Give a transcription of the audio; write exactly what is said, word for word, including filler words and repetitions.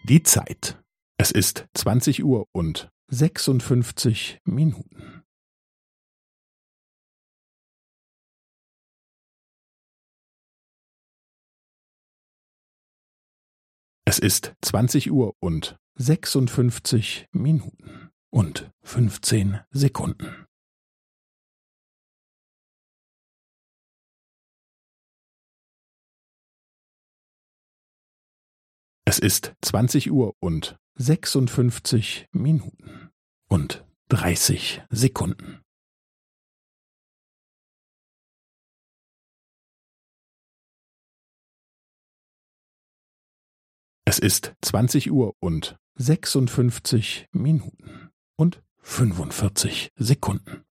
Die Zeit. Es ist zwanzig Uhr und sechsundfünfzig Minuten. Es ist zwanzig Uhr und sechsundfünfzig Minuten und fünfzehn Sekunden. Es ist zwanzig Uhr und sechsundfünfzig Minuten und dreißig Sekunden. Es ist zwanzig Uhr und sechsundfünfzig Minuten und fünfundvierzig Sekunden.